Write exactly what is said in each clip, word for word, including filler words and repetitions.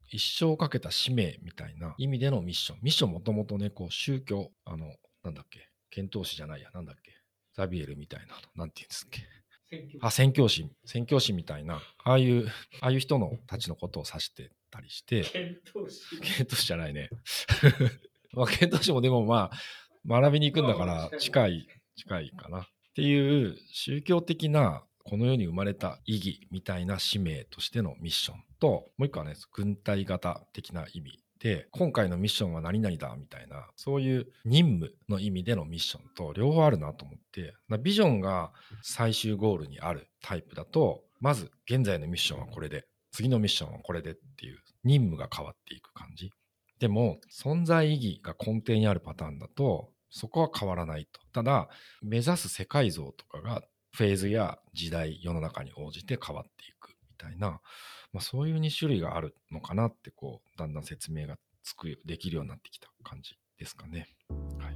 一生をかけた使命みたいな意味でのミッション。ミッションもともとね、こう宗教、あの、なんだっけ、遣唐使じゃないや、なんだっけ、ザビエルみたいな、なんて言うんですっけ。あ、宣教師、宣教師みたいな、ああいう、ああいう人のたちのことを指してたりして、 遣唐使遣唐使じゃないね。まあ、遣唐使もでもまあ、学びに行くんだから近い、近いかな。っていう宗教的なこの世に生まれた意義みたいな使命としてのミッションと、もう一個はね、軍隊型的な意味で、今回のミッションは何々だみたいな、そういう任務の意味でのミッションと両方あるなと思って、ビジョンが最終ゴールにあるタイプだと、まず現在のミッションはこれで、次のミッションはこれでっていう任務が変わっていく感じ。でも存在意義が根底にあるパターンだとそこは変わらないと。ただ目指す世界像とかがフェーズや時代世の中に応じて変わっていくみたいな、まあ、そういうに種類があるのかなってこうだんだん説明がつくできるようになってきた感じですかね。はい。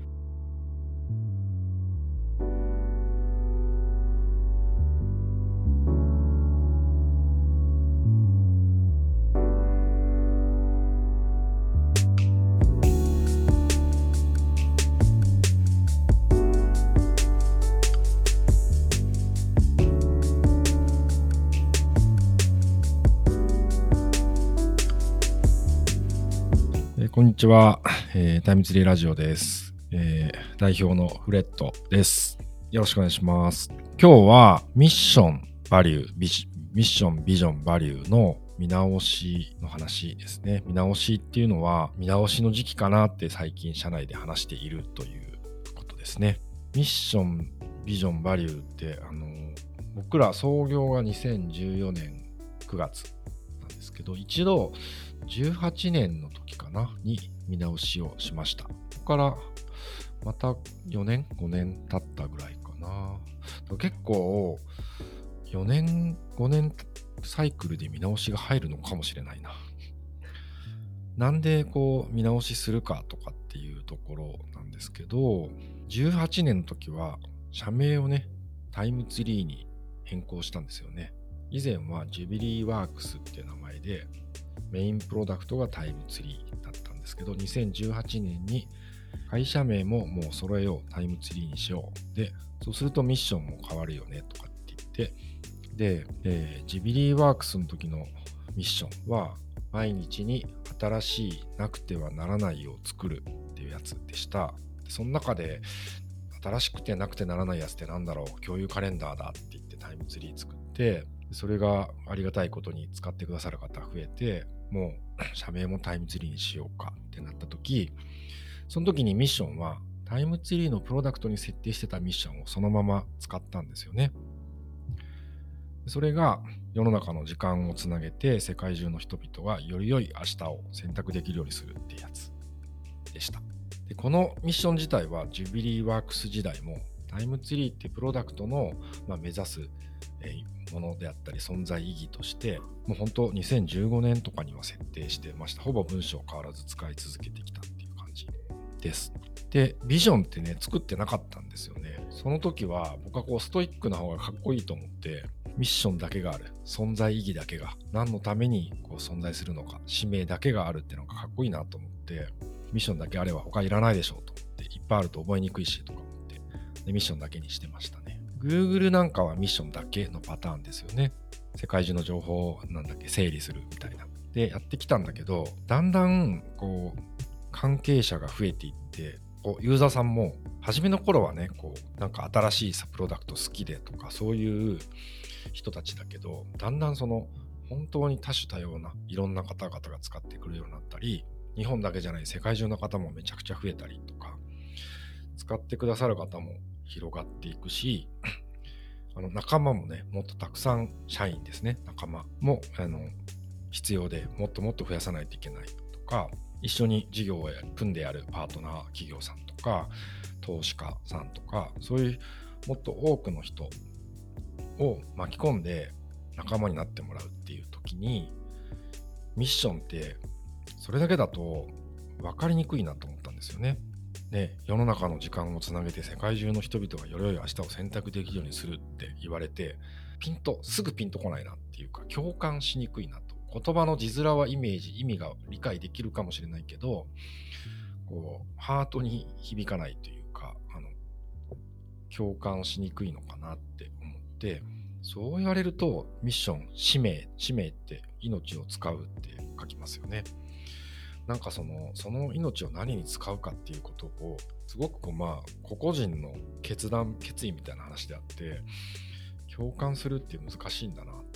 こんにちは、えー、タイムツリーラジオです、えー、代表のフレッドです。よろしくお願いします。今日はミッションバリュービジミッションビジョンバリューの見直しの話ですね。見直しっていうのは見直しの時期かなって最近社内で話しているということですね。ミッションビジョンバリューってあの僕ら創業がにせんじゅうよねんくがつなんですけど、一度じゅうはちねんの時かなに見直しをしました。ここからまたよねんごねん経ったぐらいかな。結構よねんごねんサイクルで見直しが入るのかもしれないな。なんでこう見直しするかとかっていうところなんですけど、じゅうはちねんの時は社名をねタイムツリーに変更したんですよね。以前はジュビリーワークスっていう名前でメインプロダクトがタイムツリーだったんですけど、にせんじゅうはちねんに会社名ももう揃えよう、タイムツリーにしよう。で、そうするとミッションも変わるよねとかって言って、で、えー、ジビリーワークスの時のミッションは毎日に新しいなくてはならないを作るっていうやつでした。でその中で新しくてなくてならないやつってなんだろう、共有カレンダーだって言ってタイムツリー作って、それがありがたいことに使ってくださる方増えて、もう社名もタイムツリーにしようかってなった時、その時にミッションはタイムツリーのプロダクトに設定してたミッションをそのまま使ったんですよね。それが世の中の時間をつなげて世界中の人々がより良い明日を選択できるようにするっていうやつでした。でこのミッション自体はジュビリーワークス時代もタイムツリーっていうプロダクトの、まあ、目指す、えー、ものであったり存在意義としてもう本当にせんじゅうごねんとかには設定してました。ほぼ文章変わらず使い続けてきたっていう感じです。でビジョンってね作ってなかったんですよね。その時は僕はこうストイックな方がかっこいいと思ってミッションだけがある、存在意義だけが何のためにこう存在するのか、使命だけがあるっていうのがかっこいいなと思って、ミッションだけあれば他いらないでしょうと思って、いっぱいあると覚えにくいしとか思ってでミッションだけにしてましたね。 Google なんかはミッションだけのパターンですよね。世界中の情報をなんだっけ整理するみたいなでやってきたんだけど、だんだんこう関係者が増えていって、こうユーザーさんも初めの頃はねこうなんか新しいプロダクト好きでとかそういう人たちだけど、だんだんその本当に多種多様ないろんな方々が使ってくるようになったり、日本だけじゃない世界中の方もめちゃくちゃ増えたりとか、使ってくださる方も広がっていくし、あの仲間もねもっとたくさん社員ですね仲間もあの必要で、もっともっと増やさないといけないとか、一緒に事業を組んでやるパートナー企業さんとか投資家さんとか、そういうもっと多くの人を巻き込んで仲間になってもらうっていう時に、ミッションってそれだけだと分かりにくいなと思ったんですよね。で、世の中の時間をつなげて世界中の人々がより良い明日を選択できるようにするって言われて、ピンとすぐピンとこないなっていうか共感しにくいなと言葉の字面はイメージ、意味が理解できるかもしれないけど、こうハートに響かないというか、あの共感しにくいのかなって思って、そう言われるとミッション、使命、使命って命を使うって書きますよね。なんかそのその命を何に使うかっていうことをすごくこうまあ個々人の決断決意みたいな話であって、共感するっていう難しいんだなと思って、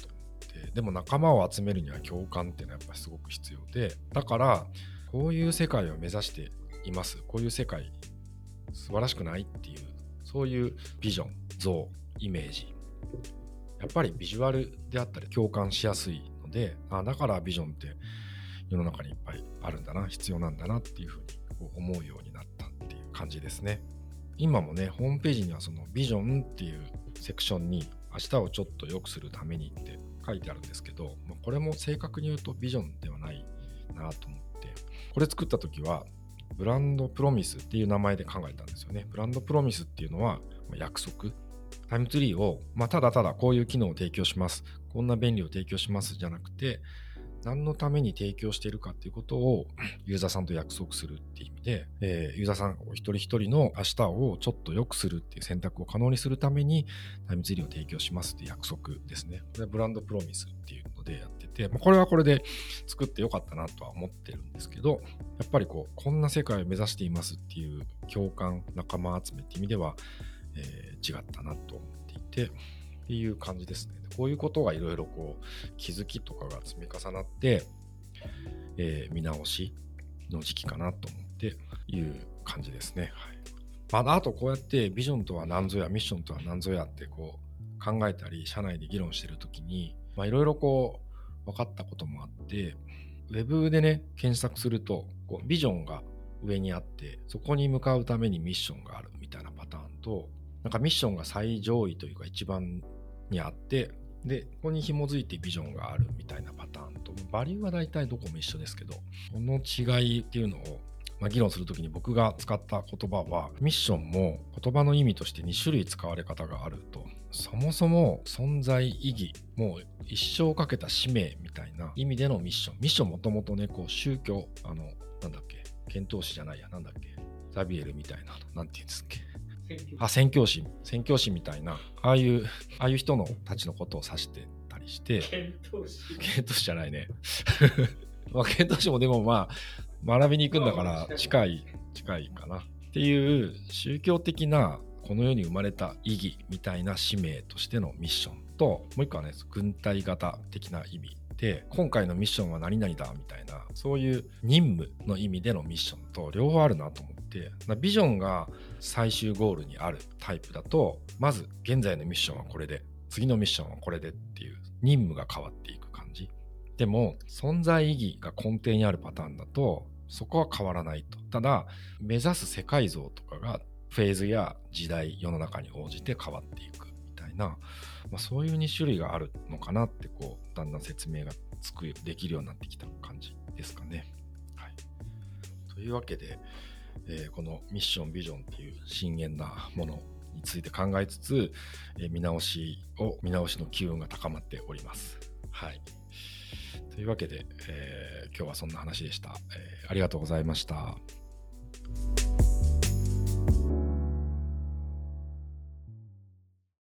でも仲間を集めるには共感っていうのはやっぱりすごく必要で、だからこういう世界を目指しています、こういう世界素晴らしくないっていう、そういうビジョン、像、イメージ、やっぱりビジュアルであったり共感しやすいので、あだからビジョンって世の中にいっぱいあるんだな、必要なんだなっていうふうに思うようになったっていう感じですね。今もね、ホームページにはそのビジョンっていうセクションに明日をちょっと良くするためにって書いてあるんですけど、これも正確に言うとビジョンではないなと思って、これ作った時はブランドプロミスっていう名前で考えたんですよね。ブランドプロミスっていうのは約束。タイムツリーを、まあ、ただただこういう機能を提供します、こんな便利を提供しますじゃなくて、何のために提供しているかっていうことをユーザーさんと約束するっていう意味で、えー、ユーザーさん一人一人の明日をちょっと良くするっていう選択を可能にするためにタイムツリーを提供しますっていう約束ですね。これはブランドプロミスっていうのでやってて、まあ、これはこれで作ってよかったなとは思ってるんですけど、やっぱりこうこんな世界を目指していますっていう共感、仲間集めっていう意味では、えー、違ったなと思っていてっていう感じですね。こういうことがいろいろこう気づきとかが積み重なって、えー、見直しの時期かなと思っていう感じですね。はい。まあ、あとこうやってビジョンとは何ぞや、ミッションとは何ぞやってこう考えたり、社内で議論してるときに、まあいろいろこう分かったこともあって、ウェブでね検索するとこうビジョンが上にあって、そこに向かうためにミッションがあるみたいなパターンと、なんかミッションが最上位というか一番にあって、でここに紐づいてビジョンがあるみたいなパターンと、バリューは大体どこも一緒ですけど、この違いっていうのを、まあ、議論するときに僕が使った言葉は、ミッションも言葉の意味としてに種類使われ方があると。そもそも存在意義、もう一生かけた使命みたいな意味でのミッション。ミッションもともとね、こう宗教、あのなんだっけ、遣唐使じゃないや、なんだっけ、ザビエルみたいな、なんて言うんですっけ、あ、宣教師、宣教師みたいな、ああいう、ああいう人のたちのことを指してたりして、 遣唐使遣唐使じゃないね。まあ、遣唐使もでもまあ、学びに行くんだから近い、近いかな。っていう宗教的な、この世に生まれた意義みたいな使命としてのミッションと、もう一個はね、軍隊型的な意味で、今回のミッションは何々だみたいな、そういう任務の意味でのミッションと両方あるなと思って、ビジョンが最終ゴールにあるタイプだと、まず現在のミッションはこれで、次のミッションはこれでっていう任務が変わっていく感じ。でも存在意義が根底にあるパターンだと、そこは変わらないと。ただ目指す世界像とかがフェーズや時代、世の中に応じて変わっていくみたいな、まあ、そういうに種類があるのかなって、こうだんだん説明がつくできるようになってきた感じですかね。はい、というわけで、えー、このミッションビジョンっていう深遠なものについて考えつつ、えー、見直しを見直しの機運が高まっております。はい。というわけで、えー、今日はそんな話でした。えー、ありがとうございました。